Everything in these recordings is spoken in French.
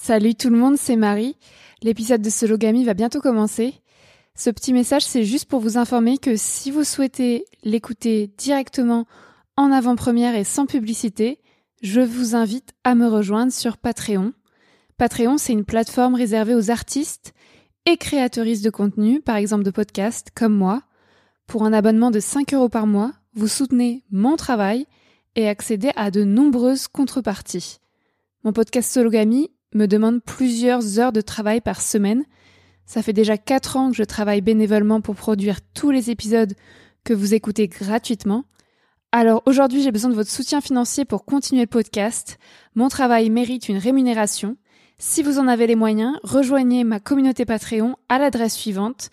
Salut tout le monde, c'est Marie. L'épisode de Sologamy va bientôt commencer. Ce petit message, c'est juste pour vous informer que si vous souhaitez l'écouter directement en avant-première et sans publicité, je vous invite à me rejoindre sur Patreon. Patreon, c'est une plateforme réservée aux artistes et créatrices de contenu, par exemple de podcasts comme moi. Pour un abonnement de 5 € par mois, vous soutenez mon travail et accédez à de nombreuses contreparties. Mon podcast Sologamy me demande plusieurs heures de travail par semaine. Ça fait déjà 4 ans que je travaille bénévolement pour produire tous les épisodes que vous écoutez gratuitement. Alors aujourd'hui, j'ai besoin de votre soutien financier pour continuer le podcast. Mon travail mérite une rémunération. Si vous en avez les moyens, rejoignez ma communauté Patreon à l'adresse suivante,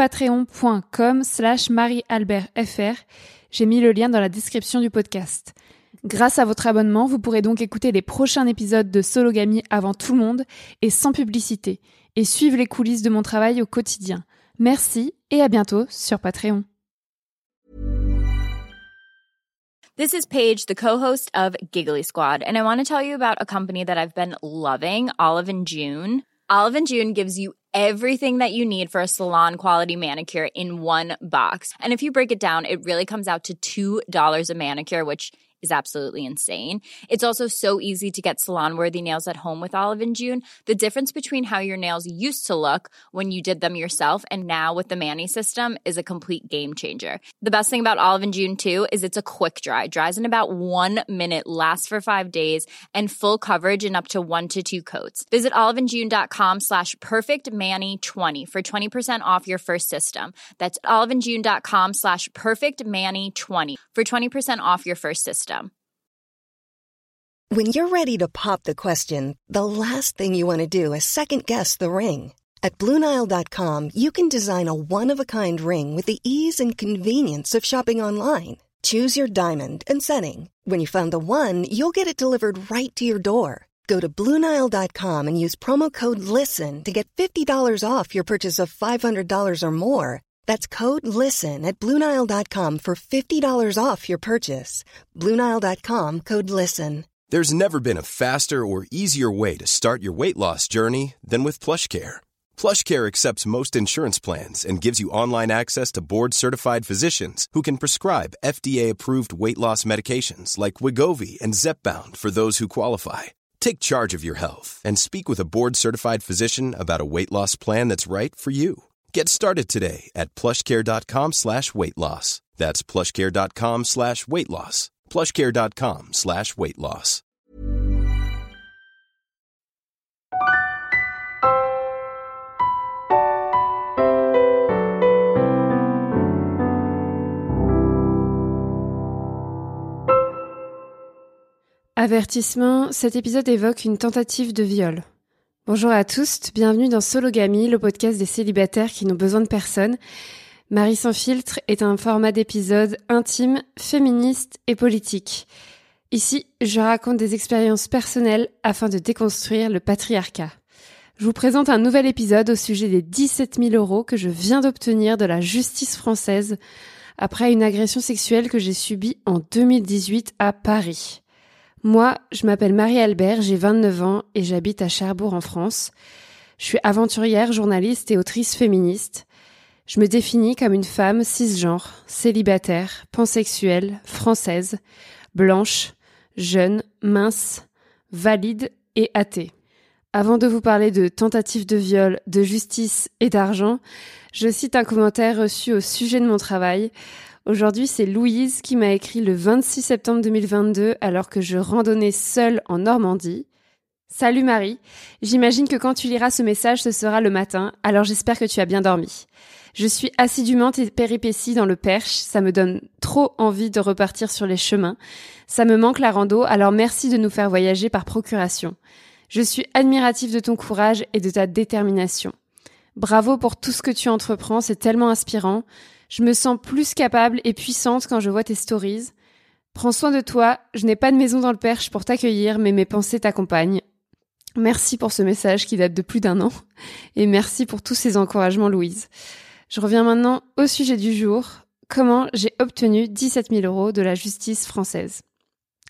patreon.com/mariealbertfr. J'ai mis le lien dans la description du podcast. Grâce à votre abonnement, vous pourrez donc écouter les prochains épisodes de Sologamy avant tout le monde et sans publicité, et suivre les coulisses de mon travail au quotidien. Merci et à bientôt sur Patreon. This is Paige, the co-host of Giggly Squad, and I want to tell you about a company that I've been loving, Olive & June. Olive & June gives you everything that you need for a salon-quality manicure in one box. And if you break it down, it really comes out to $2 a manicure, which is absolutely insane. It's also so easy to get salon-worthy nails at home with Olive & June. The difference between how your nails used to look when you did them yourself and now with the Mani system is a complete game changer. The best thing about Olive & June, too, is it's a quick dry. Dries in about 1 minute, lasts for 5 days, and full coverage in up to 1 to 2 coats. Visit oliveandjune.com/perfectmani20 for 20% off your first system. That's oliveandjune.com/perfectmani20 for 20% off your first system. When you're ready to pop the question, the last thing you want to do is second-guess the ring. At BlueNile.com, you can design a one-of-a-kind ring with the ease and convenience of shopping online. Choose your diamond and setting. When you find the one, you'll get it delivered right to your door. Go to BlueNile.com and use promo code LISTEN to get $50 off your purchase of $500 or more. That's code LISTEN at BlueNile.com for $50 off your purchase. BlueNile.com, code LISTEN. There's never been a faster or easier way to start your weight loss journey than with PlushCare. PlushCare accepts most insurance plans and gives you online access to board-certified physicians who can prescribe FDA-approved weight loss medications like Wegovy and Zepbound for those who qualify. Take charge of your health and speak with a board-certified physician about a weight loss plan that's right for you. Get started today at plushcare.com/weightloss. That's plushcare.com/weightloss. plushcare.com/weightloss. Avertissement, cet épisode évoque une tentative de viol. Bonjour à tous, bienvenue dans Sologamy, le podcast des célibataires qui n'ont besoin de personne. Marie sans filtre est un format d'épisode intime, féministe et politique. Ici, je raconte des expériences personnelles afin de déconstruire le patriarcat. Je vous présente un nouvel épisode au sujet des 17 000 € que je viens d'obtenir de la justice française après une agression sexuelle que j'ai subie en 2018 à Paris. Moi, je m'appelle Marie-Albert, j'ai 29 ans et j'habite à Cherbourg en France. Je suis aventurière, journaliste et autrice féministe. Je me définis comme une femme cisgenre, célibataire, pansexuelle, française, blanche, jeune, mince, valide et athée. Avant de vous parler de tentatives de viol, de justice et d'argent, je cite un commentaire reçu au sujet de mon travail. Aujourd'hui, c'est Louise qui m'a écrit le 26 septembre 2022 alors que je randonnais seule en Normandie. Salut Marie, j'imagine que quand tu liras ce message, ce sera le matin, alors j'espère que tu as bien dormi. Je suis assidûment tes péripéties dans le Perche, ça me donne trop envie de repartir sur les chemins. Ça me manque la rando, alors merci de nous faire voyager par procuration. Je suis admirative de ton courage et de ta détermination. Bravo pour tout ce que tu entreprends, c'est tellement inspirant. Je me sens plus capable et puissante quand je vois tes stories. Prends soin de toi, je n'ai pas de maison dans le Perche pour t'accueillir, mais mes pensées t'accompagnent. Merci pour ce message qui date de plus d'1 an. Et merci pour tous ces encouragements, Louise. Je reviens maintenant au sujet du jour. Comment j'ai obtenu 17 000 € de la justice française.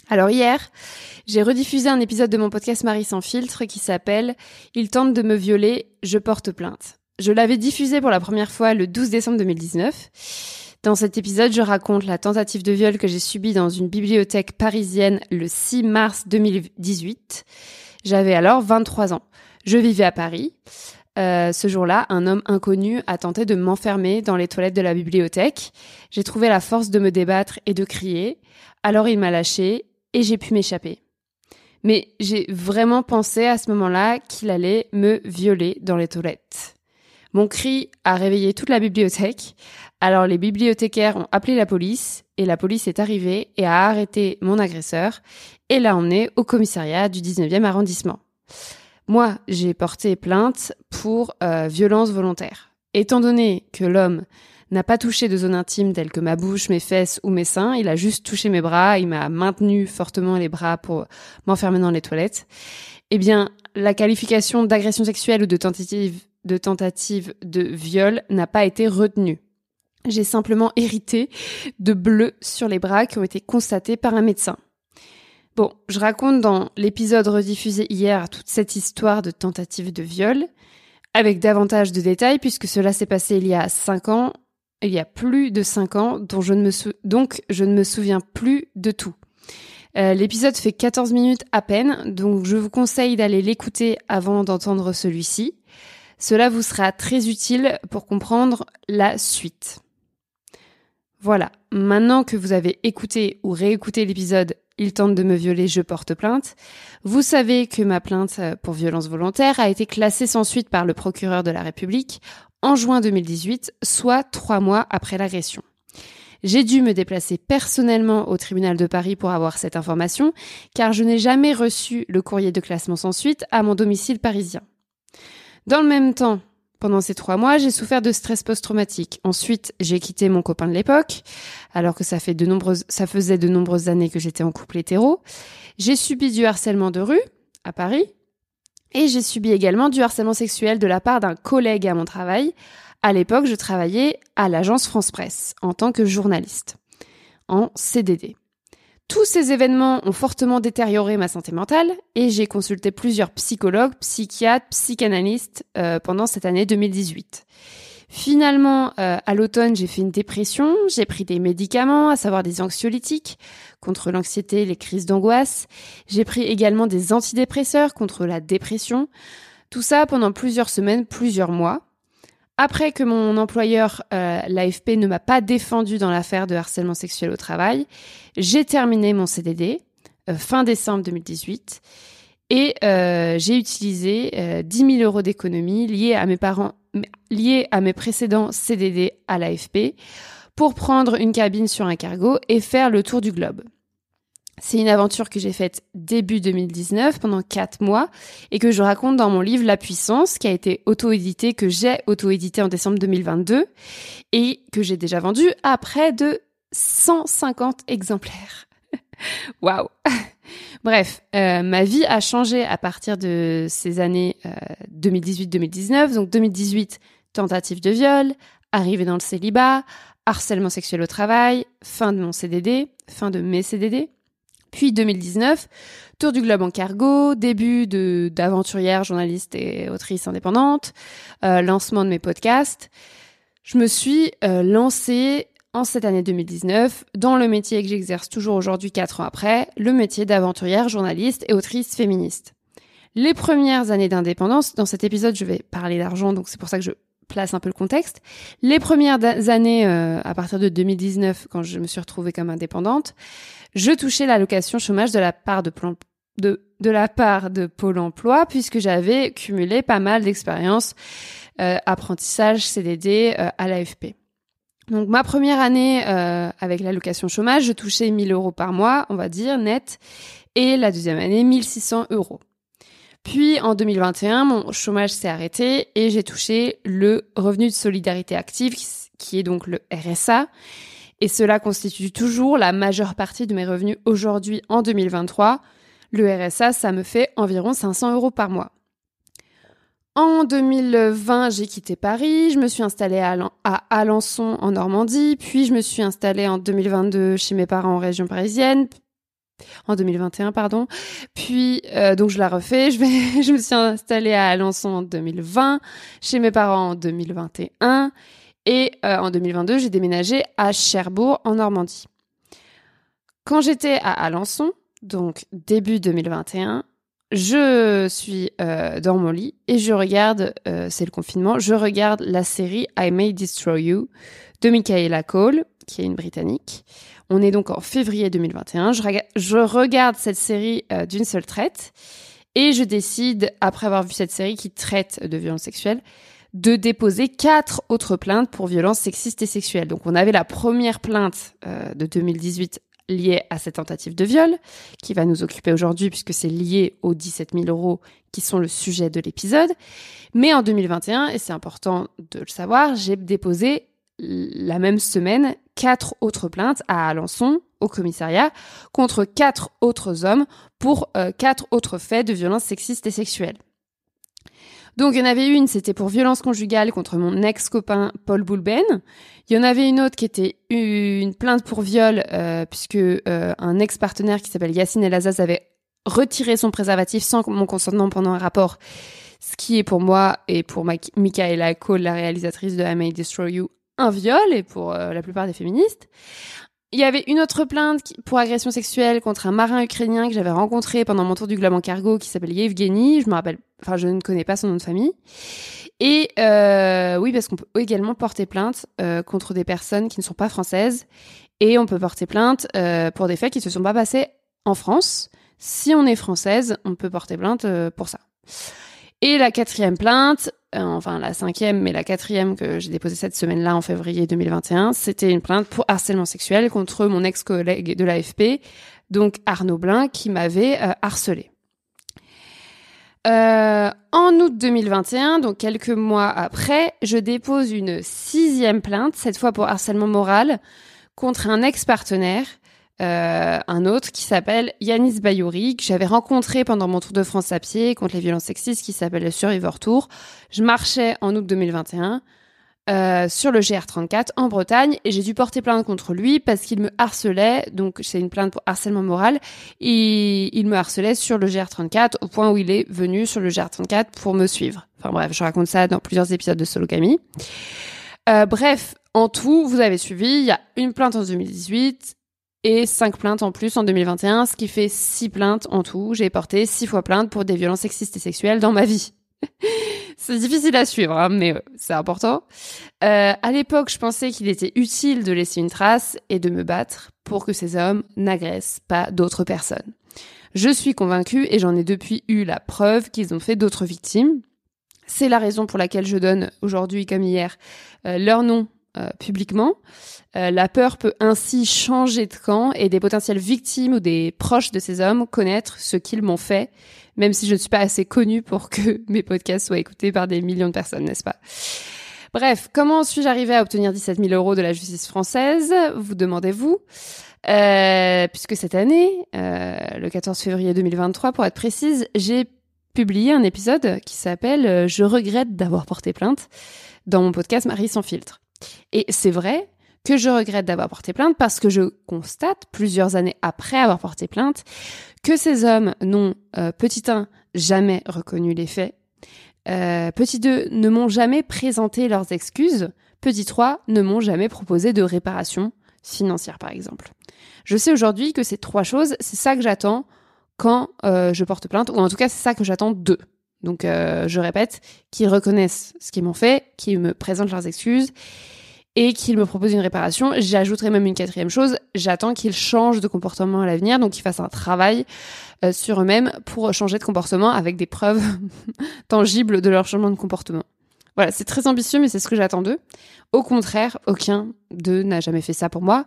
Alors hier, j'ai rediffusé un épisode de mon podcast Marie sans filtre qui s'appelle « Il tente de me violer, je porte plainte ». Je l'avais diffusé pour la première fois le 12 décembre 2019. Dans cet épisode, je raconte la tentative de viol que j'ai subie dans une bibliothèque parisienne le 6 mars 2018. J'avais alors 23 ans. Je vivais à Paris. Ce jour-là, un homme inconnu a tenté de m'enfermer dans les toilettes de la bibliothèque. J'ai trouvé la force de me débattre et de crier. Alors il m'a lâchée et j'ai pu m'échapper. Mais j'ai vraiment pensé à ce moment-là qu'il allait me violer dans les toilettes. Mon cri a réveillé toute la bibliothèque. Alors les bibliothécaires ont appelé la police et la police est arrivée et a arrêté mon agresseur et l'a emmené au commissariat du 19e arrondissement. Moi, j'ai porté plainte pour violence volontaire. Étant donné que l'homme n'a pas touché de zone intime telle que ma bouche, mes fesses ou mes seins, il a juste touché mes bras, il m'a maintenu fortement les bras pour m'enfermer dans les toilettes. Eh bien, la qualification d'agression sexuelle ou de tentative de viol n'a pas été retenue. J'ai simplement hérité de bleus sur les bras qui ont été constatés par un médecin. Bon, je raconte dans l'épisode rediffusé hier toute cette histoire de tentative de viol, avec davantage de détails puisque cela s'est passé il y a plus de 5 ans, donc je ne me souviens plus de tout. L'épisode fait 14 minutes à peine, donc je vous conseille d'aller l'écouter avant d'entendre celui-ci. Cela vous sera très utile pour comprendre la suite. Voilà, maintenant que vous avez écouté ou réécouté l'épisode « Il tente de me violer, je porte plainte », vous savez que ma plainte pour violence volontaire a été classée sans suite par le procureur de la République en juin 2018, soit 3 mois après l'agression. J'ai dû me déplacer personnellement au tribunal de Paris pour avoir cette information, car je n'ai jamais reçu le courrier de classement sans suite à mon domicile parisien. Dans le même temps, pendant ces 3 mois, j'ai souffert de stress post-traumatique. Ensuite, j'ai quitté mon copain de l'époque, alors que ça faisait de nombreuses années que j'étais en couple hétéro. J'ai subi du harcèlement de rue, à Paris, et j'ai subi également du harcèlement sexuel de la part d'un collègue à mon travail. À l'époque, je travaillais à l'agence France Presse, en tant que journaliste, en CDD. Tous ces événements ont fortement détérioré ma santé mentale et j'ai consulté plusieurs psychologues, psychiatres, psychanalystes pendant cette année 2018. Finalement, à l'automne, j'ai fait une dépression, j'ai pris des médicaments, à savoir des anxiolytiques contre l'anxiété et les crises d'angoisse. J'ai pris également des antidépresseurs contre la dépression. Tout ça pendant plusieurs semaines, plusieurs mois. Après que mon employeur, l'AFP, ne m'a pas défendu dans l'affaire de harcèlement sexuel au travail, j'ai terminé mon CDD fin décembre 2018 et j'ai utilisé 10 000 € d'économies liées à mes précédents CDD à l'AFP pour prendre une cabine sur un cargo et faire le tour du globe. C'est une aventure que j'ai faite début 2019 pendant 4 mois et que je raconte dans mon livre La Puissance qui a été que j'ai auto-édité en décembre 2022 et que j'ai déjà vendu à près de 150 exemplaires. Waouh! Bref, ma vie a changé à partir de ces années 2018-2019. Donc 2018, tentative de viol, arrivée dans le célibat, harcèlement sexuel au travail, fin de mes CDD. Puis 2019, tour du globe en cargo, début d'aventurière, journaliste et autrice indépendante, lancement de mes podcasts. Je me suis lancée en cette année 2019 dans le métier que j'exerce toujours aujourd'hui 4 ans après, le métier d'aventurière, journaliste et autrice féministe. Les premières années d'indépendance, dans cet épisode je vais parler d'argent, donc c'est pour ça que je place un peu le contexte. Les premières années, à partir de 2019, quand je me suis retrouvée comme indépendante, je touchais l'allocation chômage de la part de Pôle emploi, puisque j'avais cumulé pas mal d'expériences, apprentissage, CDD, à l'AFP. Donc ma première année avec l'allocation chômage, je touchais 1 000 € par mois, on va dire, net, et la deuxième année, 1 600 €. Puis en 2021, mon chômage s'est arrêté et j'ai touché le revenu de solidarité active, qui est donc le RSA. Et cela constitue toujours la majeure partie de mes revenus aujourd'hui en 2023. Le RSA, ça me fait environ 500 € par mois. En 2020, j'ai quitté Paris, je me suis installée à Alençon en Normandie, puis je me suis installée en 2022 chez mes parents en région parisienne, En 2021, pardon. Puis, donc je la refais. Je me suis installée à Alençon en 2020, chez mes parents en 2021. Et en 2022, j'ai déménagé à Cherbourg, en Normandie. Quand j'étais à Alençon, donc début 2021, je suis dans mon lit et je regarde, c'est le confinement, je regarde la série I May Destroy You de Michaela Coel, qui est une Britannique. On est donc en février 2021. Je regarde cette série d'une seule traite et je décide, après avoir vu cette série qui traite de violences sexuelles, de déposer 4 autres plaintes pour violences sexistes et sexuelles. Donc on avait la première plainte de 2018 liée à cette tentative de viol, qui va nous occuper aujourd'hui puisque c'est lié aux 17 000 € qui sont le sujet de l'épisode. Mais en 2021, et c'est important de le savoir, j'ai déposé la même semaine 4 autres plaintes à Alençon, au commissariat, contre 4 autres hommes pour 4 autres faits de violences sexistes et sexuelles. Donc, il y en avait une, c'était pour violence conjugale contre mon ex-copain Paul Boulben. Il y en avait une autre qui était une plainte pour viol, puisque un ex-partenaire qui s'appelle Yacine El Azaz avait retiré son préservatif sans mon consentement pendant un rapport, ce qui est pour moi et pour Michaela Coel, la réalisatrice de I May Destroy You, un viol, et pour la plupart des féministes. Il y avait une autre plainte pour agression sexuelle contre un marin ukrainien que j'avais rencontré pendant mon tour du globe en cargo qui s'appelle Yevgeny. Je ne connais pas son nom de famille. Et oui, parce qu'on peut également porter plainte contre des personnes qui ne sont pas françaises. Et on peut porter plainte pour des faits qui ne se sont pas passés en France. Si on est française, on peut porter plainte pour ça. Et la 4e plainte, enfin la 5e, mais la 4e que j'ai déposée cette semaine-là en février 2021, c'était une plainte pour harcèlement sexuel contre mon ex-collègue de l'AFP, donc Arnaud Blin, qui m'avait harcelée. En août 2021, donc quelques mois après, je dépose une 6e plainte, cette fois pour harcèlement moral, contre un ex-partenaire, un autre qui s'appelle Yanis Bayouri, que j'avais rencontré pendant mon tour de France à pied contre les violences sexistes qui s'appelle le Survivor Tour. Je marchais en août 2021 sur le GR34 en Bretagne et j'ai dû porter plainte contre lui parce qu'il me harcelait, donc c'est une plainte pour harcèlement moral, et il me harcelait sur le GR34 au point où il est venu sur le GR34 pour me suivre. Enfin bref, je raconte ça dans plusieurs épisodes de Sologamy. Bref, en tout, vous avez suivi, il y a une plainte en 2018 et 5 plaintes en plus en 2021, ce qui fait 6 plaintes en tout. J'ai porté 6 fois plainte pour des violences sexistes et sexuelles dans ma vie. C'est difficile à suivre, hein, mais c'est important. À l'époque, je pensais qu'il était utile de laisser une trace et de me battre pour que ces hommes n'agressent pas d'autres personnes. Je suis convaincue, et j'en ai depuis eu la preuve, qu'ils ont fait d'autres victimes. C'est la raison pour laquelle je donne aujourd'hui, comme hier, leur nom publiquement. La peur peut ainsi changer de camp et des potentielles victimes ou des proches de ces hommes connaître ce qu'ils m'ont fait, même si je ne suis pas assez connue pour que mes podcasts soient écoutés par des millions de personnes, n'est-ce pas ? Bref, comment suis-je arrivée à obtenir 17 000 € de la justice française, vous demandez-vous ? Puisque cette année, le 14 février 2023, pour être précise, j'ai publié un épisode qui s'appelle « Je regrette d'avoir porté plainte » dans mon podcast Marie sans filtre. Et c'est vrai que je regrette d'avoir porté plainte parce que je constate, plusieurs années après avoir porté plainte, que ces hommes n'ont, petit 1, jamais reconnu les faits, petit 2, ne m'ont jamais présenté leurs excuses, petit 3, ne m'ont jamais proposé de réparation financière, par exemple. Je sais aujourd'hui que ces 3 choses, c'est ça que j'attends quand je porte plainte, ou en tout cas, c'est ça que j'attends d'eux. Donc, je répète, qu'ils reconnaissent ce qu'ils m'ont fait, qu'ils me présentent leurs excuses et qu'ils me proposent une réparation. J'ajouterai même une 4e chose, j'attends qu'ils changent de comportement à l'avenir, donc qu'ils fassent un travail sur eux-mêmes pour changer de comportement avec des preuves tangibles de leur changement de comportement. Voilà, c'est très ambitieux, mais c'est ce que j'attends d'eux. Au contraire, aucun d'eux n'a jamais fait ça pour moi.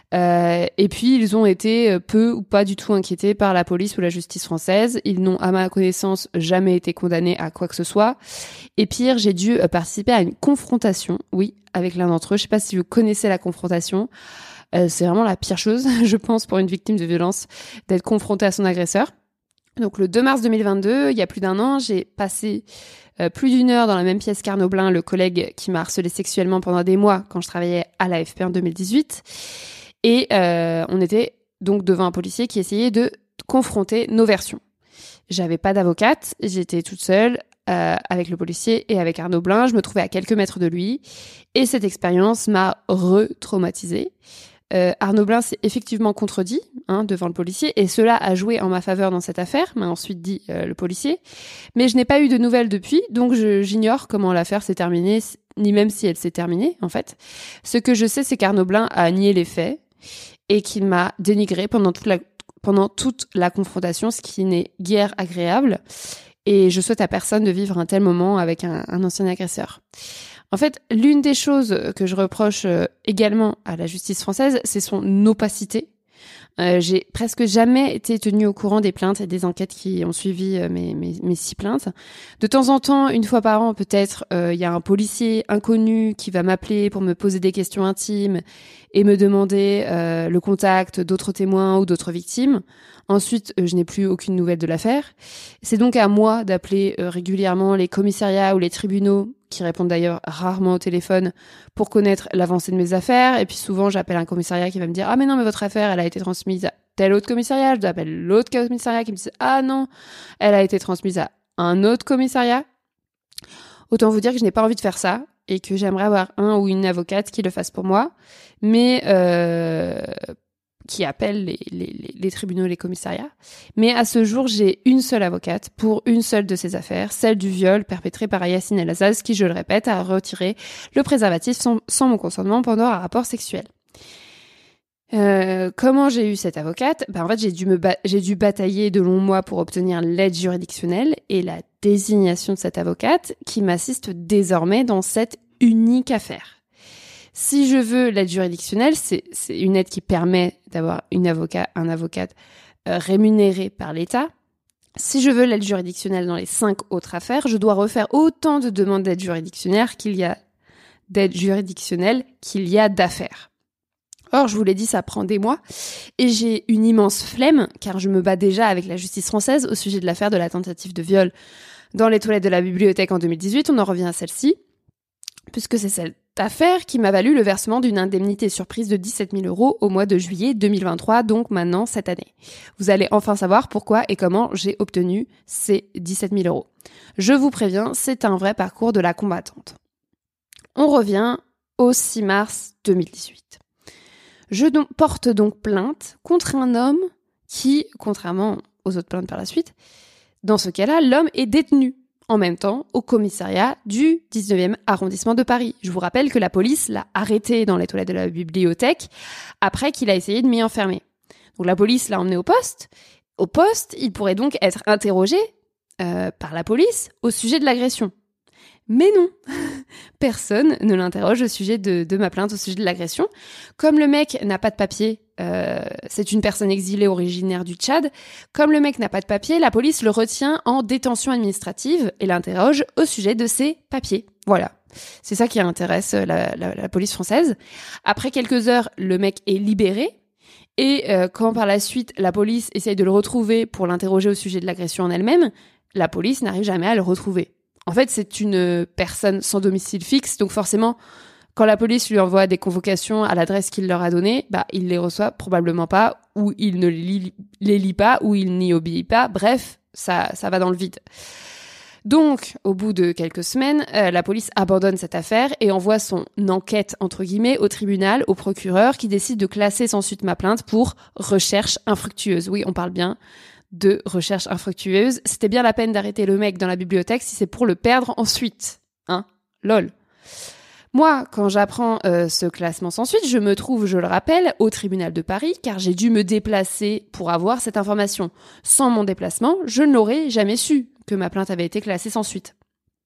Et puis, ils ont été peu ou pas du tout inquiétés par la police ou la justice française. Ils n'ont, à ma connaissance, jamais été condamnés à quoi que ce soit. Et pire, j'ai dû participer à une confrontation, oui, avec l'un d'entre eux. Je sais pas si vous connaissez la confrontation. C'est vraiment la pire chose, je pense, pour une victime de violence, d'être confrontée à son agresseur. Donc, le 2 mars 2022, il y a plus d'1 an, j'ai passé plus d'1 heure dans la même pièce qu'Arnaud Blin, le collègue qui m'a harcelé sexuellement pendant des mois quand je travaillais à l'AFP en 2018. Et on était donc devant un policier qui essayait de confronter nos versions. J'avais pas d'avocate, j'étais toute seule avec le policier et avec Arnaud Blin. Je me trouvais à quelques mètres de lui et cette expérience m'a re-traumatisée. Arnaud Blin s'est effectivement contredit devant le policier et cela a joué en ma faveur dans cette affaire, m'a ensuite dit le policier. Mais je n'ai pas eu de nouvelles depuis, donc j'ignore comment l'affaire s'est terminée, ni même si elle s'est terminée en fait. Ce que je sais, c'est qu'Arnaud Blin a nié les faits et qu'il m'a dénigré pendant toute la confrontation, ce qui n'est guère agréable. Et je souhaite à personne de vivre un tel moment avec un ancien agresseur. En fait, l'une des choses que je reproche également à la justice française, c'est son opacité. J'ai presque jamais été tenue au courant des plaintes et des enquêtes qui ont suivi mes 6 plaintes. De temps en temps, une fois par an peut-être, il y a un policier inconnu qui va m'appeler pour me poser des questions intimes et me demander le contact d'autres témoins ou d'autres victimes. Ensuite, je n'ai plus aucune nouvelle de l'affaire. C'est donc à moi d'appeler régulièrement les commissariats ou les tribunaux, qui répondent d'ailleurs rarement au téléphone, pour connaître l'avancée de mes affaires. Et puis souvent, j'appelle un commissariat qui va me dire « Ah mais non, mais votre affaire, elle a été transmise à tel autre commissariat. » Je dois appeler l'autre commissariat qui me dit « Ah non, elle a été transmise à un autre commissariat. » Autant vous dire que je n'ai pas envie de faire ça et que j'aimerais avoir un ou une avocate qui le fasse pour moi, mais qui appelle les tribunaux, les commissariats. Mais à ce jour, j'ai une seule avocate pour une seule de ces affaires, celle du viol perpétré par Yacine El Azaz, qui, je le répète, a retiré le préservatif sans mon consentement pendant un rapport sexuel. Comment j'ai eu cette avocate ? En fait, j'ai dû batailler de longs mois pour obtenir l'aide juridictionnelle et la désignation de cette avocate qui m'assiste désormais dans cette unique affaire. Si je veux l'aide juridictionnelle, c'est une aide qui permet d'avoir un avocat rémunéré par l'État. Si je veux l'aide juridictionnelle dans les 5 autres affaires, je dois refaire autant de demandes d'aide juridictionnelle qu'il y a d'affaires. Or, je vous l'ai dit, ça prend des mois et j'ai une immense flemme car je me bats déjà avec la justice française au sujet de l'affaire de la tentative de viol dans les toilettes de la bibliothèque en 2018. On en revient à celle-ci, puisque c'est cette affaire qui m'a valu le versement d'une indemnité surprise de 17 000 € au mois de juillet 2023, donc maintenant cette année. Vous allez enfin savoir pourquoi et comment j'ai obtenu ces 17 000 €. Je vous préviens, c'est un vrai parcours de la combattante. On revient au 6 mars 2018. Je porte donc plainte contre un homme qui, contrairement aux autres plaintes par la suite, dans ce cas-là, l'homme est détenu en même temps au commissariat du 19e arrondissement de Paris. Je vous rappelle que la police l'a arrêté dans les toilettes de la bibliothèque après qu'il a essayé de m'y enfermer. Donc la police l'a emmené au poste. Au poste, il pourrait donc être interrogé par la police au sujet de l'agression. Mais non, personne ne l'interroge au sujet de ma plainte, au sujet de l'agression. Comme le mec n'a pas de papier, c'est une personne exilée originaire du Tchad, comme le mec n'a pas de papier, la police le retient en détention administrative et l'interroge au sujet de ses papiers. Voilà, c'est ça qui intéresse la police française. Après quelques heures, le mec est libéré. Et quand par la suite, la police essaye de le retrouver pour l'interroger au sujet de l'agression en elle-même, la police n'arrive jamais à le retrouver. En fait, c'est une personne sans domicile fixe, donc forcément, quand la police lui envoie des convocations à l'adresse qu'il leur a donnée, il les reçoit probablement pas, ou il ne les lit pas, ou il n'y obéit pas. Bref, ça va dans le vide. Donc, au bout de quelques semaines, la police abandonne cette affaire et envoie son enquête, entre guillemets, au tribunal, au procureur, qui décide de classer sans suite ma plainte pour recherche infructueuse. Oui, on parle bien de recherche infructueuse. C'était bien la peine d'arrêter le mec dans la bibliothèque si c'est pour le perdre ensuite. Lol. Moi, quand j'apprends ce classement sans suite, je me trouve, je le rappelle, au tribunal de Paris, car j'ai dû me déplacer pour avoir cette information. Sans mon déplacement, je n'aurais jamais su que ma plainte avait été classée sans suite.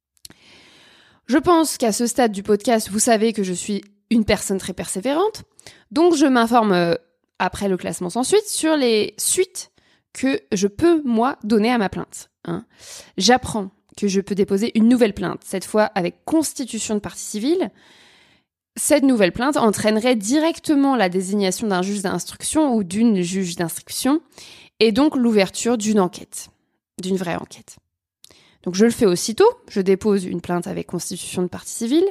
Je pense qu'à ce stade du podcast, vous savez que je suis une personne très persévérante, donc je m'informe après le classement sans suite sur les suites que je peux, moi, donner à ma plainte. J'apprends que je peux déposer une nouvelle plainte, cette fois avec constitution de partie civile. Cette nouvelle plainte entraînerait directement la désignation d'un juge d'instruction ou d'une juge d'instruction, et donc l'ouverture d'une enquête, d'une vraie enquête. Donc je le fais aussitôt, je dépose une plainte avec constitution de partie civile.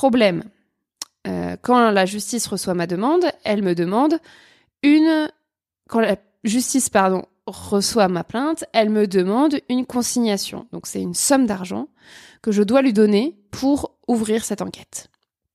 Problème, quand la justice reçoit ma demande, elle me demande une quand la justice, reçoit ma plainte, elle me demande une consignation. Donc, c'est une somme d'argent que je dois lui donner pour ouvrir cette enquête.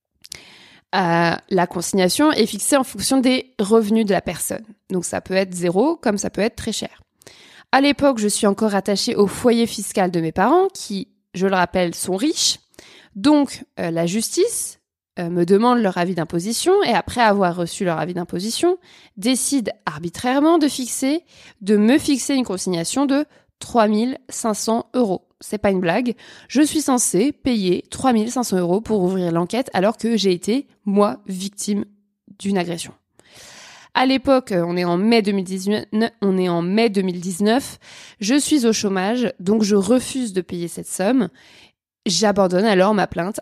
La consignation est fixée en fonction des revenus de la personne. Donc, ça peut être 0, comme ça peut être très cher. À l'époque, je suis encore attachée au foyer fiscal de mes parents, qui, je le rappelle, sont riches. Donc, la justice me demande leur avis d'imposition et après avoir reçu leur avis d'imposition, décide arbitrairement de me fixer une consignation de 3 500 €. C'est pas une blague. Je suis censée payer 3 500 € pour ouvrir l'enquête alors que j'ai été, moi, victime d'une agression. À l'époque, on est en mai 2019, je suis au chômage, donc je refuse de payer cette somme. J'abandonne alors ma plainte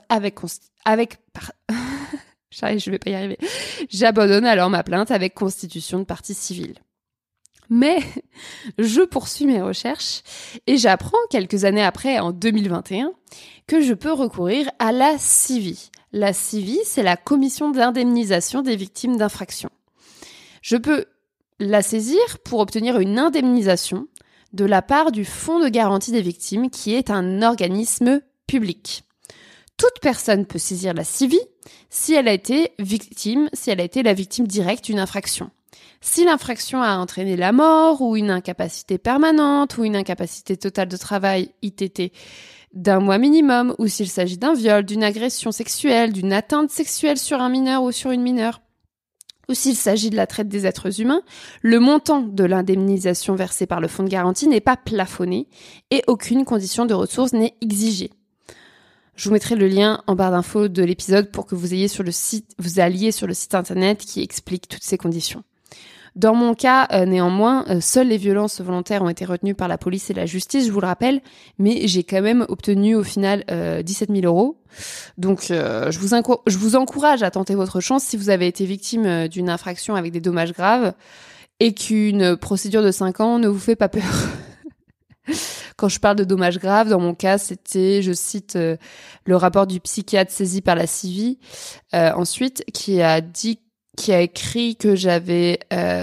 J'abandonne alors ma plainte avec constitution de partie civile. Mais je poursuis mes recherches et j'apprends quelques années après, en 2021, que je peux recourir à la CIVI. La CIVI, c'est la Commission d'indemnisation des victimes d'infractions. Je peux la saisir pour obtenir une indemnisation de la part du Fonds de garantie des victimes, qui est un organisme public. Toute personne peut saisir la CIVI si elle a été la victime directe d'une infraction. Si l'infraction a entraîné la mort ou une incapacité permanente ou une incapacité totale de travail ITT d'1 mois minimum, ou s'il s'agit d'un viol, d'une agression sexuelle, d'une atteinte sexuelle sur un mineur ou sur une mineure, ou s'il s'agit de la traite des êtres humains, le montant de l'indemnisation versée par le fonds de garantie n'est pas plafonné et aucune condition de ressources n'est exigée. Je vous mettrai le lien en barre d'infos de l'épisode pour que vous alliez sur le site internet qui explique toutes ces conditions. Dans mon cas, néanmoins, seules les violences volontaires ont été retenues par la police et la justice, je vous le rappelle, mais j'ai quand même obtenu au final 17 000 €. Donc, je vous encourage à tenter votre chance si vous avez été victime d'une infraction avec des dommages graves et qu'une procédure de 5 ans ne vous fait pas peur. Quand je parle de dommages graves, dans mon cas, c'était, je cite le rapport du psychiatre saisi par la CIVI, ensuite, qui a écrit que j'avais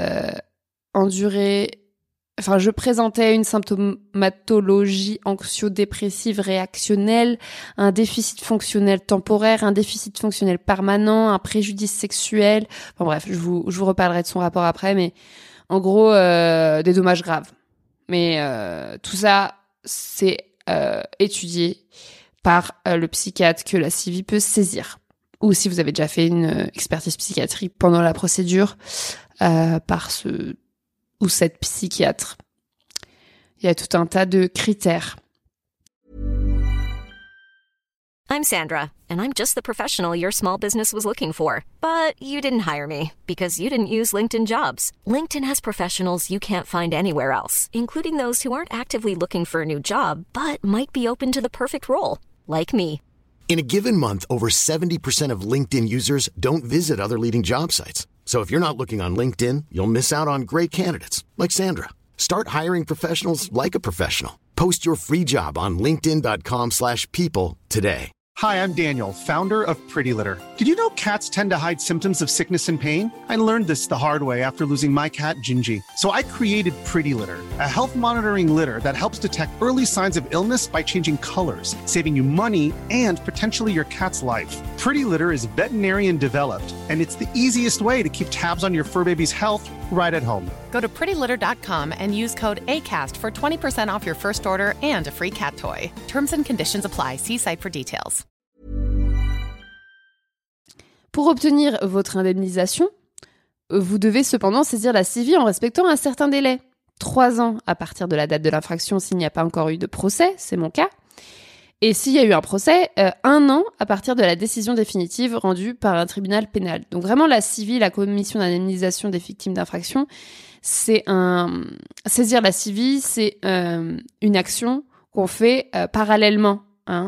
je présentais une symptomatologie anxio-dépressive réactionnelle, un déficit fonctionnel temporaire, un déficit fonctionnel permanent, un préjudice sexuel. Enfin bref, je vous reparlerai de son rapport après, mais en gros, des dommages graves. Mais tout ça, c'est étudié par le psychiatre que la CIVI peut saisir. Ou si vous avez déjà fait une expertise psychiatrique pendant la procédure par ce ou cette psychiatre. Il y a tout un tas de critères. I'm Sandra, and I'm just the professional your small business was looking for. But you didn't hire me because you didn't use LinkedIn Jobs. LinkedIn has professionals you can't find anywhere else, including those who aren't actively looking for a new job, but might be open to the perfect role, like me. In a given month, over 70% of LinkedIn users don't visit other leading job sites. So if you're not looking on LinkedIn, you'll miss out on great candidates like Sandra. Start hiring professionals like a professional. Post your free job on linkedin.com/people today. Hi, I'm Daniel, founder of Pretty Litter. Did you know cats tend to hide symptoms of sickness and pain? I learned this the hard way after losing my cat, Gingy. So I created Pretty Litter, a health monitoring litter that helps detect early signs of illness by changing colors, saving you money and potentially your cat's life. Pretty Litter is veterinarian developed, and it's the easiest way to keep tabs on your fur baby's health right at home. Go to prettylitter.com and use code ACAST for 20% off your first order and a free cat toy. Terms and conditions apply. See site for details. Pour obtenir votre indemnisation, vous devez cependant saisir la CIVI en respectant un certain délai. 3 ans à partir de la date de l'infraction s'il n'y a pas encore eu de procès, c'est mon cas. Et s'il y a eu un procès, 1 an à partir de la décision définitive rendue par un tribunal pénal. Donc vraiment, la CIVI, la Commission d'indemnisation des victimes d'infractions, saisir la CIVI, c'est une action qu'on fait parallèlement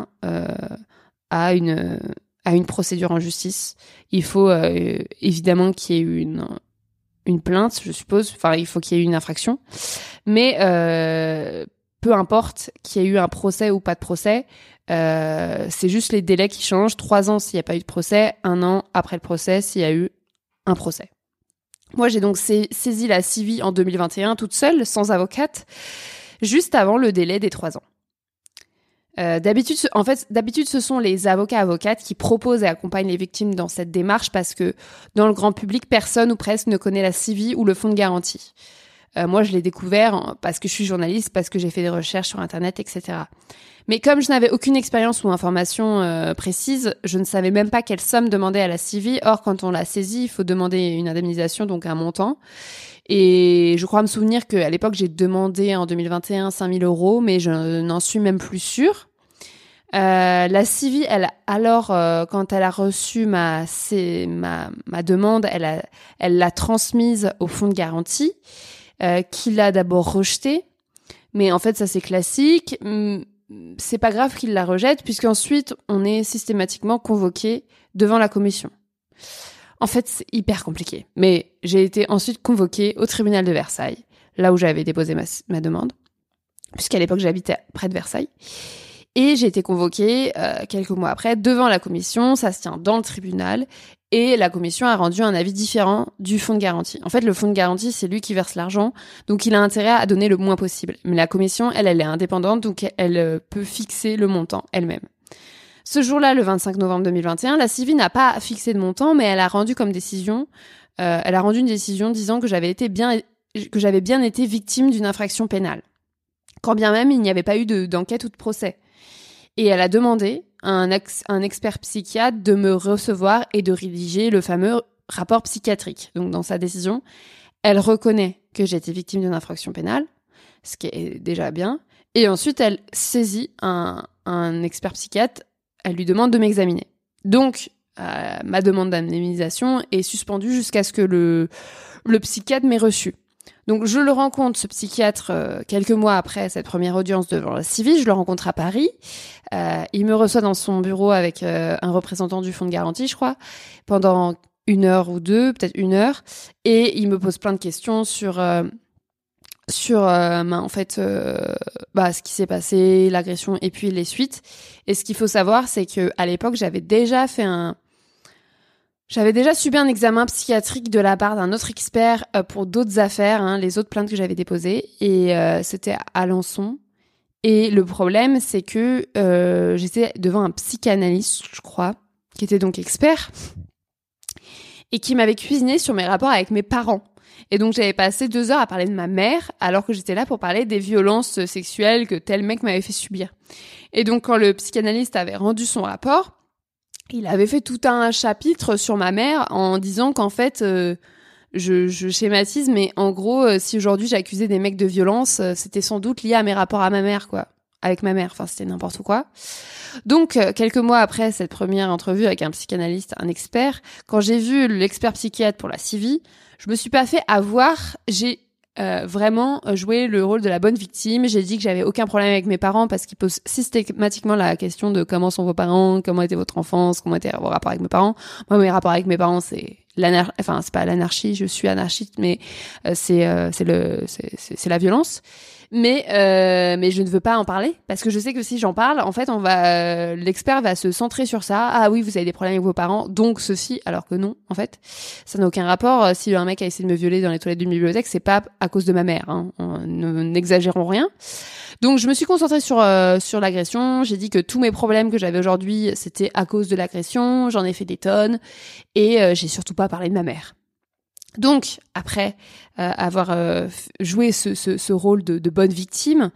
à une procédure en justice. Il faut évidemment qu'il y ait eu une plainte, je suppose. Enfin, il faut qu'il y ait eu une infraction. Mais peu importe qu'il y ait eu un procès ou pas de procès, c'est juste les délais qui changent. 3 ans s'il n'y a pas eu de procès, 1 an après le procès s'il y a eu un procès. Moi, j'ai donc saisi la CIVI en 2021 toute seule, sans avocate, juste avant le délai des 3 ans. D'habitude, ce sont les avocates qui proposent et accompagnent les victimes dans cette démarche parce que dans le grand public, personne ou presque ne connaît la CIVI ou le fonds de garantie. Moi, je l'ai découvert parce que je suis journaliste, parce que j'ai fait des recherches sur Internet, etc. Mais comme je n'avais aucune expérience ou information précise, je ne savais même pas quelle somme demander à la CIVI. Or, quand on l'a saisie, il faut demander une indemnisation, donc un montant. Et je crois me souvenir qu'à l'époque, j'ai demandé en 2021 5 000 €, mais je n'en suis même plus sûre. La CIVI, quand elle a reçu ma demande, elle l'a transmise au fonds de garantie, qui l'a d'abord rejetée. Mais en fait, ça c'est classique. C'est pas grave qu'il la rejette, puisqu'ensuite, on est systématiquement convoqué devant la commission. En fait, c'est hyper compliqué. Mais j'ai été ensuite convoquée au tribunal de Versailles, là où j'avais déposé ma demande, puisqu'à l'époque, j'habitais près de Versailles. Et j'ai été convoquée quelques mois après devant la commission, ça se tient dans le tribunal, et la commission a rendu un avis différent du fonds de garantie. En fait, le fonds de garantie, c'est lui qui verse l'argent, donc il a intérêt à donner le moins possible. Mais la commission, elle est indépendante, donc elle peut fixer le montant elle-même. Ce jour-là, le 25 novembre 2021, la CIVI n'a pas fixé de montant, mais elle a rendu une décision disant que j'avais bien été victime d'une infraction pénale, quand bien même il n'y avait pas eu d'enquête ou de procès. Et elle a demandé à un expert psychiatre de me recevoir et de rédiger le fameux rapport psychiatrique. Donc dans sa décision, elle reconnaît que j'ai été victime d'une infraction pénale, ce qui est déjà bien, et ensuite elle saisit un expert psychiatre. Elle lui demande de m'examiner. Donc, ma demande d'indemnisation est suspendue jusqu'à ce que le psychiatre m'ait reçu. Donc, je le rencontre, ce psychiatre, quelques mois après cette première audience devant la CIVI. Je le rencontre à Paris. Il me reçoit dans son bureau avec un représentant du fonds de garantie, je crois, pendant 1 heure ou 2, peut-être 1 heure. Et il me pose plein de questions sur ce qui s'est passé, l'agression et puis les suites. Et ce qu'il faut savoir, c'est que à l'époque, j'avais déjà subi un examen psychiatrique de la part d'un autre expert pour d'autres affaires, les autres plaintes que j'avais déposées, et c'était à Alençon. Et le problème, c'est que j'étais devant un psychanalyste, je crois, qui était donc expert, et qui m'avait cuisiné sur mes rapports avec mes parents. Et donc, j'avais passé 2 heures à parler de ma mère, alors que j'étais là pour parler des violences sexuelles que tel mec m'avait fait subir. Et donc, quand le psychanalyste avait rendu son rapport, il avait fait tout un chapitre sur ma mère en disant qu'en fait, je schématise, mais en gros, si aujourd'hui j'accusais des mecs de violence, c'était sans doute lié à mes rapports à ma mère, quoi. Avec ma mère, enfin, c'était n'importe quoi. Donc, quelques mois après cette première entrevue avec un psychanalyste, un expert, quand j'ai vu l'expert psychiatre pour la CIVI, je me suis pas fait avoir, j'ai vraiment joué le rôle de la bonne victime. J'ai dit que j'avais aucun problème avec mes parents parce qu'ils posent systématiquement la question de comment sont vos parents, comment était votre enfance, comment étaient vos rapports avec mes parents. Moi, mes rapports avec mes parents, c'est c'est pas l'anarchie, je suis anarchiste, mais c'est la violence. Mais je ne veux pas en parler parce que je sais que si j'en parle, en fait, l'expert va se centrer sur ça. Ah oui, vous avez des problèmes avec vos parents, donc ceci, alors que non, en fait, ça n'a aucun rapport. Si un mec a essayé de me violer dans les toilettes d'une bibliothèque, c'est pas à cause de ma mère. N'exagérons rien. Donc je me suis concentrée sur l'agression. J'ai dit que tous mes problèmes que j'avais aujourd'hui, c'était à cause de l'agression. J'en ai fait des tonnes et j'ai surtout pas parlé de ma mère. Donc, après avoir joué ce rôle de bonne victime,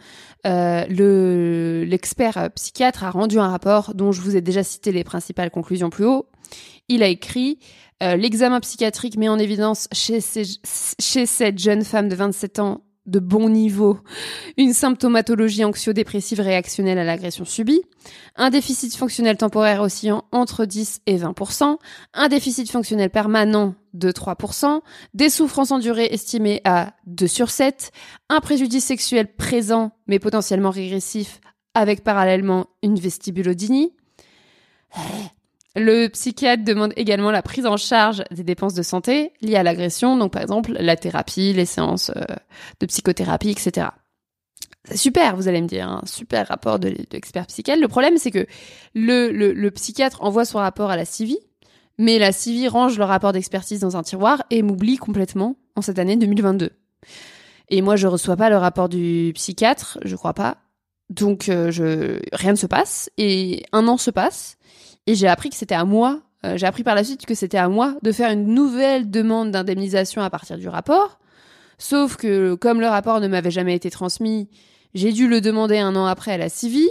l'expert psychiatre a rendu un rapport dont je vous ai déjà cité les principales conclusions plus haut. Il a écrit « L'examen psychiatrique met en évidence chez cette jeune femme de 27 ans de bon niveau, une symptomatologie anxio-dépressive réactionnelle à l'agression subie, un déficit fonctionnel temporaire oscillant entre 10 et 20%, un déficit fonctionnel permanent de 3%, des souffrances endurées estimées à 2/7, un préjudice sexuel présent mais potentiellement régressif avec parallèlement une vestibulodynie. Le psychiatre demande également la prise en charge des dépenses de santé liées à l'agression, donc par exemple la thérapie, les séances de psychothérapie, etc. C'est super, vous allez me dire, un super rapport de l'expert psychiatre. Le problème, c'est que le psychiatre envoie son rapport à la CIVI, Mais la CIVI range le rapport d'expertise dans un tiroir et m'oublie complètement en cette année 2022. Et moi, je reçois pas le rapport du psychiatre, je crois pas. Donc, rien ne se passe. Et 1 an se passe. Et j'ai appris que c'était à moi. J'ai appris par la suite que c'était à moi de faire une nouvelle demande d'indemnisation à partir du rapport. Sauf que, comme le rapport ne m'avait jamais été transmis, j'ai dû le demander 1 an après à la CIVI,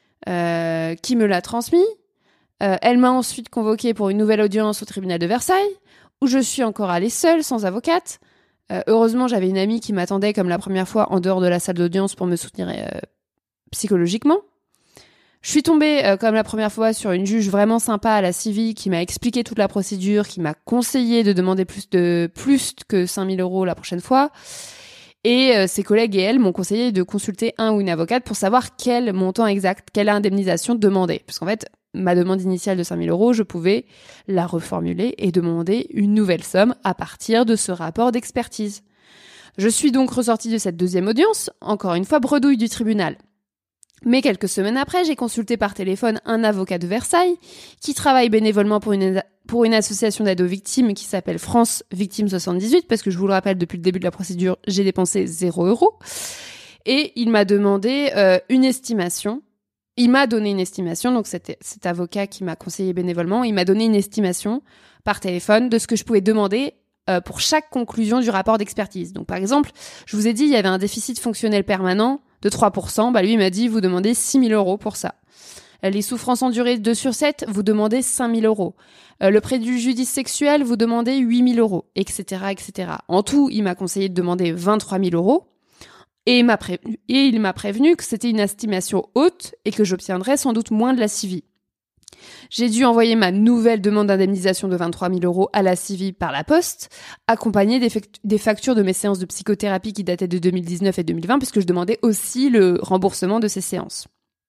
qui me l'a transmis. Elle m'a ensuite convoquée pour une nouvelle audience au tribunal de Versailles, où je suis encore allée seule, sans avocate. Heureusement, j'avais une amie qui m'attendait comme la première fois en dehors de la salle d'audience pour me soutenir psychologiquement. Je suis tombée comme la première fois sur une juge vraiment sympa à la CIVI qui m'a expliqué toute la procédure, qui m'a conseillé de demander plus que 5 000 € la prochaine fois. Et ses collègues et elle m'ont conseillé de consulter un ou une avocate pour savoir quel montant exact, quelle indemnisation demander. Parce qu'en fait, ma demande initiale de 5 000 €, je pouvais la reformuler et demander une nouvelle somme à partir de ce rapport d'expertise. Je suis donc ressortie de cette deuxième audience, encore une fois bredouille du tribunal. Mais quelques semaines après, j'ai consulté par téléphone un avocat de Versailles qui travaille bénévolement pour une association d'aide aux victimes qui s'appelle France Victimes 78, parce que je vous le rappelle, depuis le début de la procédure, j'ai dépensé 0 €. Et il m'a demandé une estimation. Il m'a donné une estimation, donc c'était cet avocat qui m'a conseillé bénévolement, il m'a donné une estimation par téléphone de ce que je pouvais demander pour chaque conclusion du rapport d'expertise. Donc par exemple, je vous ai dit, il y avait un déficit fonctionnel permanent de 3%, lui il m'a dit, vous demandez 6 000 € pour ça. Les souffrances endurées 2/7, vous demandez 5 000 €. Le préjudice sexuel, vous demandez 8 000 €, etc., etc. En tout, il m'a conseillé de demander 23 000 €. Et il m'a prévenu que c'était une estimation haute et que j'obtiendrais sans doute moins de la CIVI. J'ai dû envoyer ma nouvelle demande d'indemnisation de 23 000 € à la CIVI par la poste, accompagnée des factures de mes séances de psychothérapie qui dataient de 2019 et 2020, puisque je demandais aussi le remboursement de ces séances.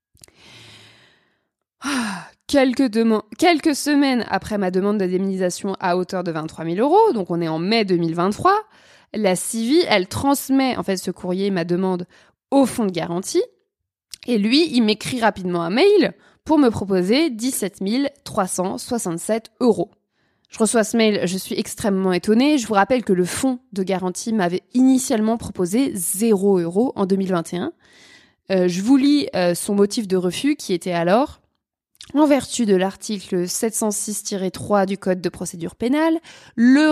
Quelques semaines après ma demande d'indemnisation à hauteur de 23 000 €, donc on est en mai 2023, la CIVI, elle transmet en fait ce courrier, ma demande, au fonds de garantie. Et lui, il m'écrit rapidement un mail pour me proposer 17 367 €. Je reçois ce mail, je suis extrêmement étonnée. Je vous rappelle que le fonds de garantie m'avait initialement proposé 0 € en 2021. Je vous lis son motif de refus qui était alors: en vertu de l'article 706-3 du Code de procédure pénale, le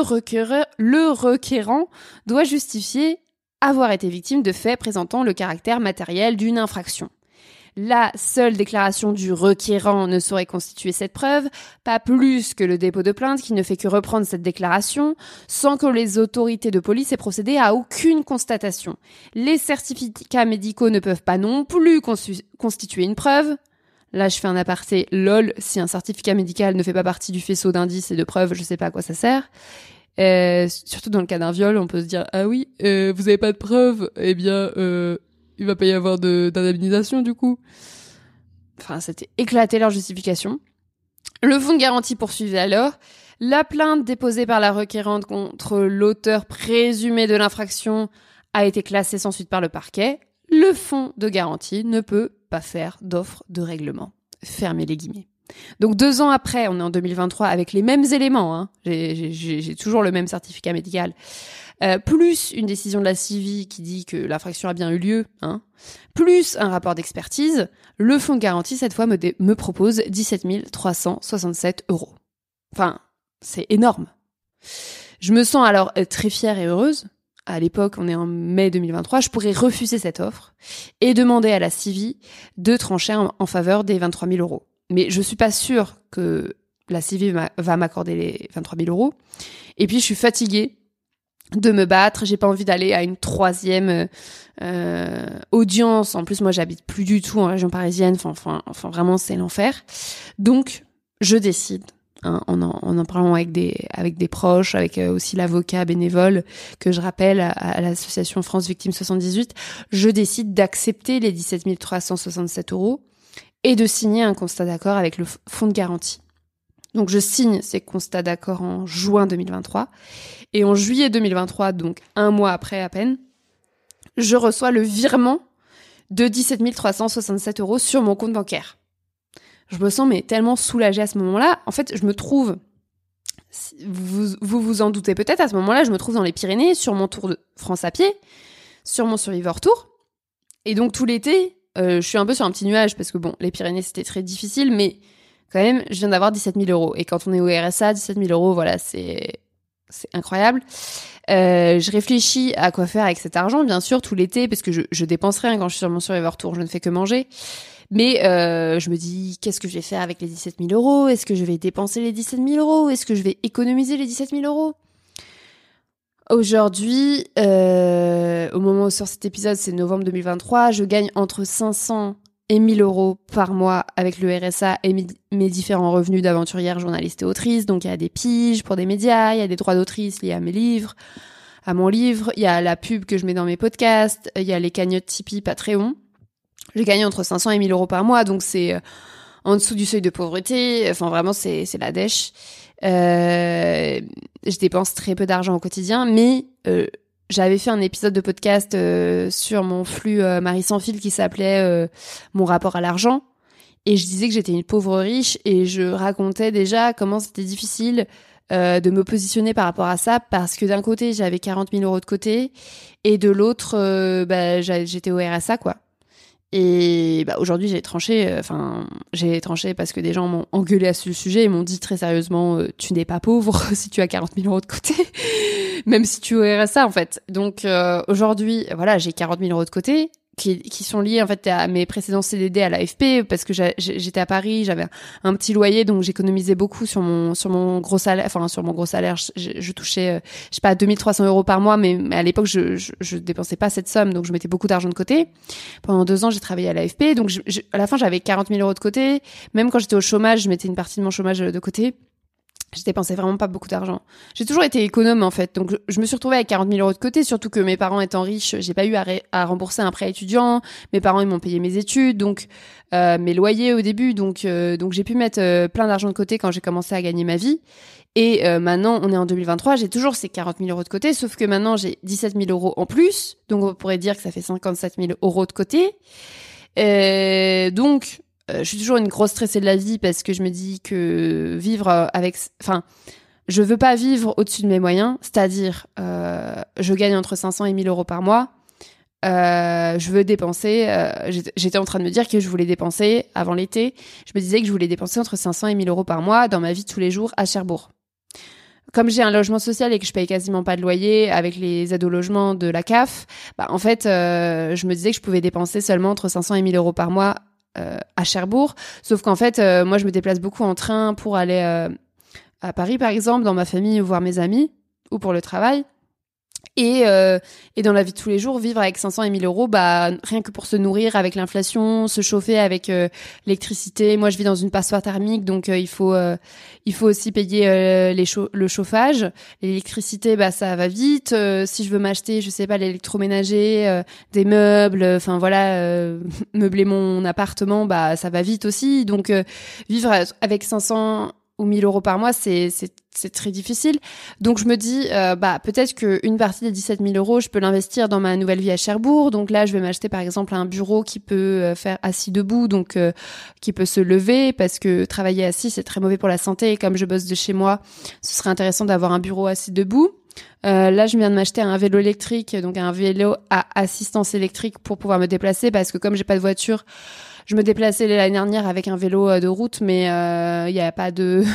requérant doit justifier avoir été victime de faits présentant le caractère matériel d'une infraction. La seule déclaration du requérant ne saurait constituer cette preuve, pas plus que le dépôt de plainte qui ne fait que reprendre cette déclaration, sans que les autorités de police aient procédé à aucune constatation. Les certificats médicaux ne peuvent pas non plus constituer une preuve. Là, je fais un aparté, lol, si un certificat médical ne fait pas partie du faisceau d'indices et de preuves, je sais pas à quoi ça sert. Surtout dans le cas d'un viol, on peut se dire, ah oui, vous avez pas de preuves, eh bien, il va pas y avoir d'indemnisation du coup. Enfin, c'était éclaté leur justification. Le fonds de garantie poursuivait alors. La plainte déposée par la requérante contre l'auteur présumé de l'infraction a été classée sans suite par le parquet. Le fonds de garantie ne peut pas faire d'offre de règlement. Fermez les guillemets. Donc 2 ans après, on est en 2023 avec les mêmes éléments, hein. J'ai toujours le même certificat médical, plus une décision de la CIVI qui dit que l'infraction a bien eu lieu, hein, plus un rapport d'expertise, le fonds de garantie cette fois me propose 17 367 €. Enfin, c'est énorme. Je me sens alors très fière et heureuse. À l'époque, on est en mai 2023, je pourrais refuser cette offre et demander à la CIVI de trancher en faveur des 23 000 €. Mais je suis pas sûre que la CIVI va m'accorder les 23 000 €. Et puis, je suis fatiguée de me battre. J'ai pas envie d'aller à une 3e audience. En plus, moi, j'habite plus du tout en région parisienne. Enfin, vraiment, c'est l'enfer. Donc, je décide, hein, en en parlant avec des proches, avec aussi l'avocat bénévole que je rappelle à l'association France Victimes 78, je décide d'accepter les 17 367 € et de signer un constat d'accord avec le fonds de garantie. Donc je signe ces constats d'accord en juin 2023, et en juillet 2023, donc 1 mois après à peine, je reçois le virement de 17 367 € sur mon compte bancaire. Je me sens tellement soulagée à ce moment-là. En fait, je me trouve vous en doutez peut-être, à ce moment-là, je me trouve dans les Pyrénées, sur mon Tour de France à pied, sur mon Survivor Tour. Et donc, tout l'été, je suis un peu sur un petit nuage, parce que bon, les Pyrénées, c'était très difficile, mais quand même, je viens d'avoir 17 000 €. Et quand on est au RSA, 17 000 €, voilà, c'est incroyable. Je réfléchis à quoi faire avec cet argent, bien sûr, tout l'été, parce que je dépense rien quand je suis sur mon Survivor Tour, je ne fais que manger. Mais je me dis, qu'est-ce que je vais faire avec les 17 000 €? Est-ce que je vais dépenser les 17 000 €? Est-ce que je vais économiser les 17 000 €? Aujourd'hui, au moment où sort cet épisode, c'est novembre 2023, je gagne entre 500 et 1 000 € par mois avec le RSA et mes différents revenus d'aventurière, journaliste et autrice. Donc il y a des piges pour des médias, il y a des droits d'autrice liés à mes livres, à mon livre, il y a la pub que je mets dans mes podcasts, il y a les cagnottes Tipeee, Patreon. Je gagne entre 500 et 1 000 € par mois, donc c'est en dessous du seuil de pauvreté. Enfin, vraiment, c'est la dèche. Je dépense très peu d'argent au quotidien, mais j'avais fait un épisode de podcast sur mon flux Marie sans fil qui s'appelait Mon rapport à l'argent. Et je disais que j'étais une pauvre riche et je racontais déjà comment c'était difficile de me positionner par rapport à ça, parce que d'un côté, j'avais 40 000 € de côté et de l'autre, j'étais au RSA, quoi. Et aujourd'hui, j'ai tranché parce que des gens m'ont engueulé à ce sujet et m'ont dit très sérieusement, tu n'es pas pauvre si tu as 40 000 € de côté, même si tu es au RSA, en fait. Donc aujourd'hui, voilà, j'ai 40 000 € de côté qui sont liés en fait à mes précédents CDD à l'AFP, parce que j'étais à Paris, j'avais un petit loyer, donc j'économisais beaucoup sur mon gros salaire. Enfin, sur mon gros salaire, je touchais, je sais pas, 2 300 € par mois, mais à l'époque je dépensais pas cette somme, donc je mettais beaucoup d'argent de côté. Pendant 2 ans, j'ai travaillé à l'AFP, donc à la fin j'avais 40 000 € de côté. Même quand j'étais au chômage, je mettais une partie de mon chômage de côté. Je dépensais vraiment pas beaucoup d'argent. J'ai toujours été économe, en fait. Donc, je me suis retrouvée avec 40 000 € de côté, surtout que mes parents étant riches, j'ai pas eu à rembourser un prêt étudiant. Mes parents, ils m'ont payé mes études, donc, mes loyers au début. Donc j'ai pu mettre plein d'argent de côté quand j'ai commencé à gagner ma vie. Et maintenant, on est en 2023, j'ai toujours ces 40 000 € de côté, sauf que maintenant, j'ai 17 000 € en plus. Donc, on pourrait dire que ça fait 57 000 € de côté. Donc, je suis toujours une grosse stressée de la vie, parce que je me dis que je veux pas vivre au-dessus de mes moyens, c'est-à-dire je gagne entre 500 et 1 000 € par mois. Je veux dépenser, j'étais en train de me dire que je voulais dépenser avant l'été, je me disais que je voulais dépenser entre 500 et 1 000 € par mois dans ma vie de tous les jours à Cherbourg. Comme j'ai un logement social et que je paye quasiment pas de loyer avec les aides au logement de la CAF, en fait, je me disais que je pouvais dépenser seulement entre 500 et 1 000 € par mois à Cherbourg. Sauf qu'en fait, moi, je me déplace beaucoup en train pour aller à Paris, par exemple, dans ma famille, ou voir mes amis, ou pour le travail. Et dans la vie de tous les jours, vivre avec 500 et 1 000 €, rien que pour se nourrir avec l'inflation, se chauffer avec l'électricité. Moi, je vis dans une passoire thermique, donc il faut aussi payer le chauffage. L'électricité, ça va vite. Si je veux m'acheter, je sais pas, l'électroménager, des meubles, enfin voilà, meubler mon appartement, ça va vite aussi. Donc vivre avec 500 ou 1 000 € par mois, c'est très difficile. Donc je me dis, peut-être qu'une partie des 17 000 €, je peux l'investir dans ma nouvelle vie à Cherbourg. Donc là, je vais m'acheter par exemple un bureau qui peut faire assis debout, donc qui peut se lever, parce que travailler assis, c'est très mauvais pour la santé. Et comme je bosse de chez moi, ce serait intéressant d'avoir un bureau assis debout. Là, je viens de m'acheter un vélo électrique, donc un vélo à assistance électrique pour pouvoir me déplacer, parce que comme j'ai pas de voiture, je me déplaçais l'année dernière avec un vélo de route, mais il y a pas de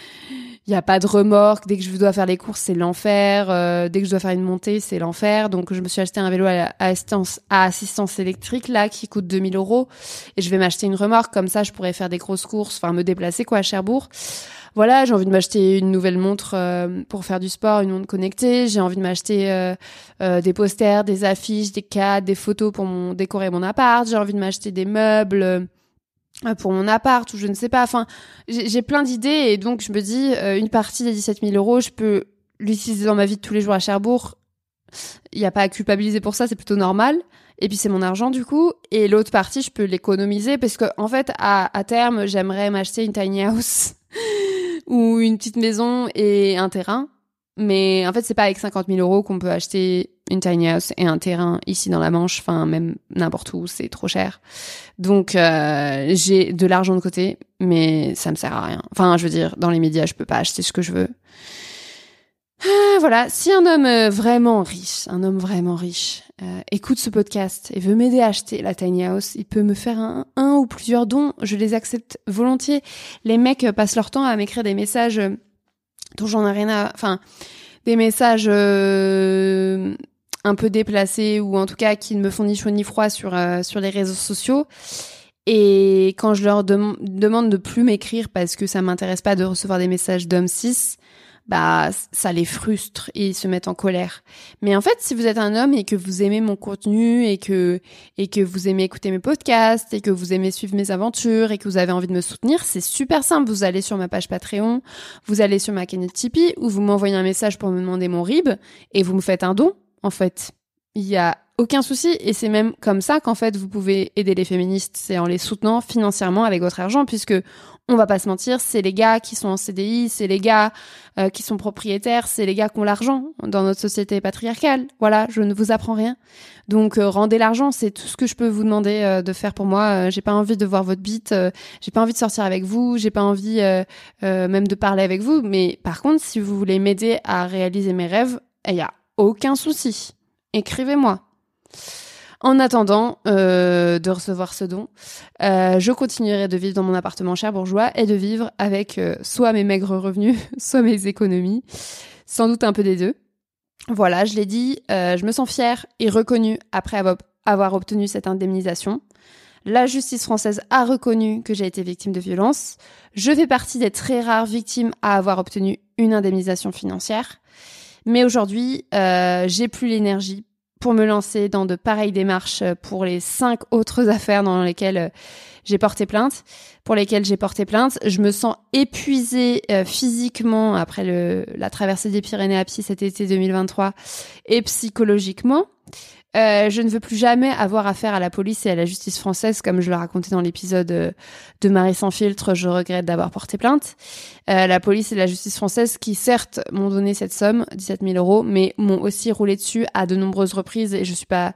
remorque. Dès que je dois faire les courses, c'est l'enfer. Dès que je dois faire une montée, c'est l'enfer. Donc je me suis acheté un vélo à assistance électrique là qui coûte 2 000 €, et je vais m'acheter une remorque, comme ça je pourrais faire des grosses courses, enfin me déplacer à Cherbourg. Voilà, j'ai envie de m'acheter une nouvelle montre pour faire du sport, une montre connectée. J'ai envie de m'acheter des posters, des affiches, des cadres, des photos pour décorer mon appart. J'ai envie de m'acheter des meubles pour mon appart, ou je ne sais pas. Enfin, j'ai plein d'idées, et donc je me dis, une partie des 17 000 € je peux l'utiliser dans ma vie de tous les jours à Cherbourg. Il n'y a pas à culpabiliser pour ça, c'est plutôt normal. Et puis c'est mon argent du coup. Et l'autre partie, je peux l'économiser, parce que en fait, à terme, j'aimerais m'acheter une tiny house ou une petite maison et un terrain. Mais en fait, c'est pas avec 50 000 € qu'on peut acheter une tiny house et un terrain ici dans la Manche, enfin même n'importe où, c'est trop cher. Donc j'ai de l'argent de côté, mais ça me sert à rien. Enfin, je veux dire, dans les médias, je peux pas acheter ce que je veux. Voilà, si un homme vraiment riche écoute ce podcast et veut m'aider à acheter la tiny house, il peut me faire un ou plusieurs dons, je les accepte volontiers. Les mecs passent leur temps à m'écrire des messages dont j'en ai rien à... Enfin, des messages un peu déplacés ou en tout cas qui ne me font ni chaud ni froid sur les réseaux sociaux. Et quand je leur demande de plus m'écrire parce que ça m'intéresse pas de recevoir des messages d'hommes cis, bah ça les frustre et ils se mettent en colère. Mais en fait, si vous êtes un homme et que vous aimez mon contenu et que vous aimez écouter mes podcasts et que vous aimez suivre mes aventures et que vous avez envie de me soutenir, c'est super simple. Vous allez sur ma page Patreon, vous allez sur ma cagnotte Tipeee ou vous m'envoyez un message pour me demander mon RIB et vous me faites un don. En fait, il y a aucun souci et c'est même comme ça qu'en fait vous pouvez aider les féministes, c'est en les soutenant financièrement avec votre argent, puisque on va pas se mentir, c'est les gars qui sont en CDI, c'est les gars qui sont propriétaires, c'est les gars qui ont l'argent dans notre société patriarcale. Voilà, je ne vous apprends rien. Donc rendez l'argent, c'est tout ce que je peux vous demander de faire pour moi. J'ai pas envie de voir votre bite, j'ai pas envie de sortir avec vous, j'ai pas envie même de parler avec vous, mais par contre, si vous voulez m'aider à réaliser mes rêves, il y a aucun souci. Écrivez-moi. En attendant de recevoir ce don, je continuerai de vivre dans mon appartement cherbourgeois et de vivre avec soit mes maigres revenus, soit mes économies, sans doute un peu des deux. Voilà, je l'ai dit, je me sens fière et reconnue après avoir obtenu cette indemnisation. La justice française a reconnu que j'ai été victime de violences. Je fais partie des très rares victimes à avoir obtenu une indemnisation financière. Mais aujourd'hui, j'ai plus l'énergie pour me lancer dans de pareilles démarches pour les 5 autres affaires dans lesquelles j'ai porté plainte. Je me sens épuisée physiquement après la traversée des Pyrénées à pied cet été 2023 et psychologiquement. Je ne veux plus jamais avoir affaire à la police et à la justice française, comme je le racontais dans l'épisode de Marie sans filtre, je regrette d'avoir porté plainte. La police et la justice française qui, certes, m'ont donné cette somme, 17 000 €, mais m'ont aussi roulé dessus à de nombreuses reprises et je sais pas,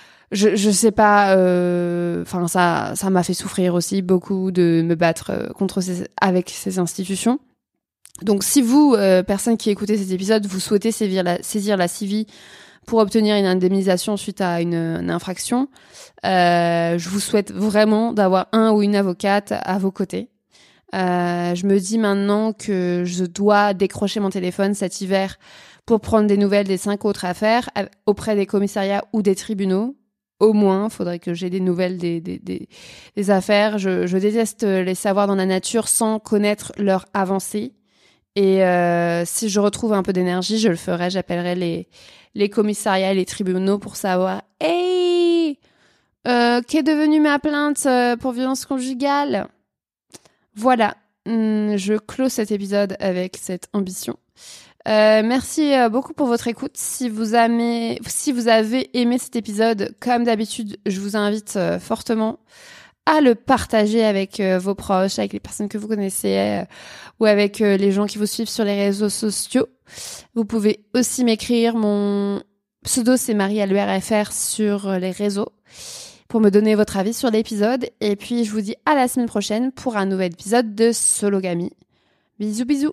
enfin, ça m'a fait souffrir aussi beaucoup de me battre avec ces institutions. Donc, si vous, personne qui écoutez cet épisode, vous souhaitez saisir la CIVI pour obtenir une indemnisation suite à une infraction, je vous souhaite vraiment d'avoir un ou une avocate à vos côtés. Je me dis maintenant que je dois décrocher mon téléphone cet hiver pour prendre des nouvelles des 5 autres affaires auprès des commissariats ou des tribunaux. Au moins, faudrait que j'ai des nouvelles des affaires. Je déteste les savoir dans la nature sans connaître leur avancée. Et si je retrouve un peu d'énergie, je le ferai. J'appellerai les commissariats et les tribunaux pour savoir « Hey, qu'est devenue ma plainte pour violence conjugale ?» Voilà, je clôt cet épisode avec cette ambition. Merci beaucoup pour votre écoute. Si vous avez aimé cet épisode, comme d'habitude, je vous invite fortement à le partager avec vos proches, avec les personnes que vous connaissez ou avec les gens qui vous suivent sur les réseaux sociaux. Vous pouvez aussi m'écrire, mon pseudo c'est Marie-LERFR sur les réseaux pour me donner votre avis sur l'épisode. Et puis je vous dis à la semaine prochaine pour un nouvel épisode de Sologamy. Bisous bisous.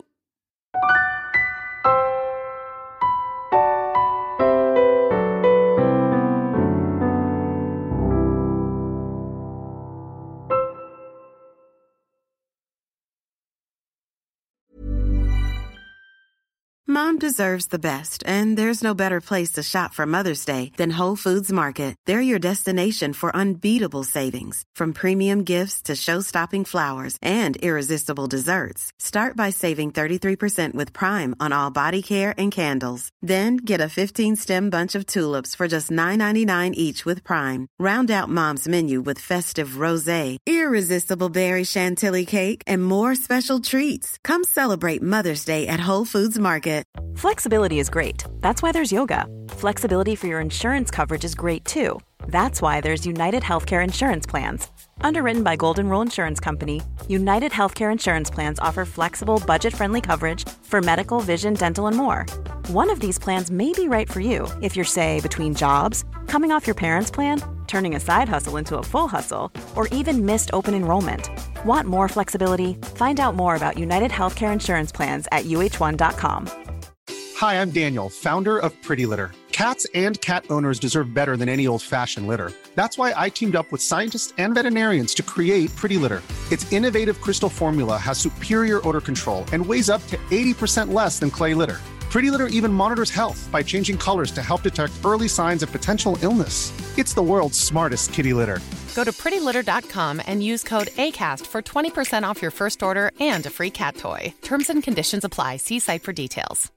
Mom deserves the best, and there's no better place to shop for Mother's Day than Whole Foods Market. They're your destination for unbeatable savings, from premium gifts to show-stopping flowers and irresistible desserts. Start by saving 33% with Prime on all body care and candles. Then get a 15-stem bunch of tulips for just $9.99 each with Prime. Round out Mom's menu with festive rosé, irresistible berry chantilly cake, and more special treats. Come celebrate Mother's Day at Whole Foods Market. Flexibility is great. That's why there's yoga. Flexibility for your insurance coverage is great too. That's why there's United Healthcare Insurance Plans. Underwritten by Golden Rule Insurance Company, United Healthcare Insurance Plans offer flexible, budget-friendly coverage for medical, vision, dental, and more. One of these plans may be right for you if you're, say, between jobs, coming off your parents' plan, turning a side hustle into a full hustle, or even missed open enrollment. Want more flexibility? Find out more about United Healthcare Insurance Plans at uh1.com. Hi, I'm Daniel, founder of Pretty Litter. Cats and cat owners deserve better than any old-fashioned litter. That's why I teamed up with scientists and veterinarians to create Pretty Litter. Its innovative crystal formula has superior odor control and weighs up to 80% less than clay litter. Pretty Litter even monitors health by changing colors to help detect early signs of potential illness. It's the world's smartest kitty litter. Go to prettylitter.com and use code ACAST for 20% off your first order and a free cat toy. Terms and conditions apply. See site for details.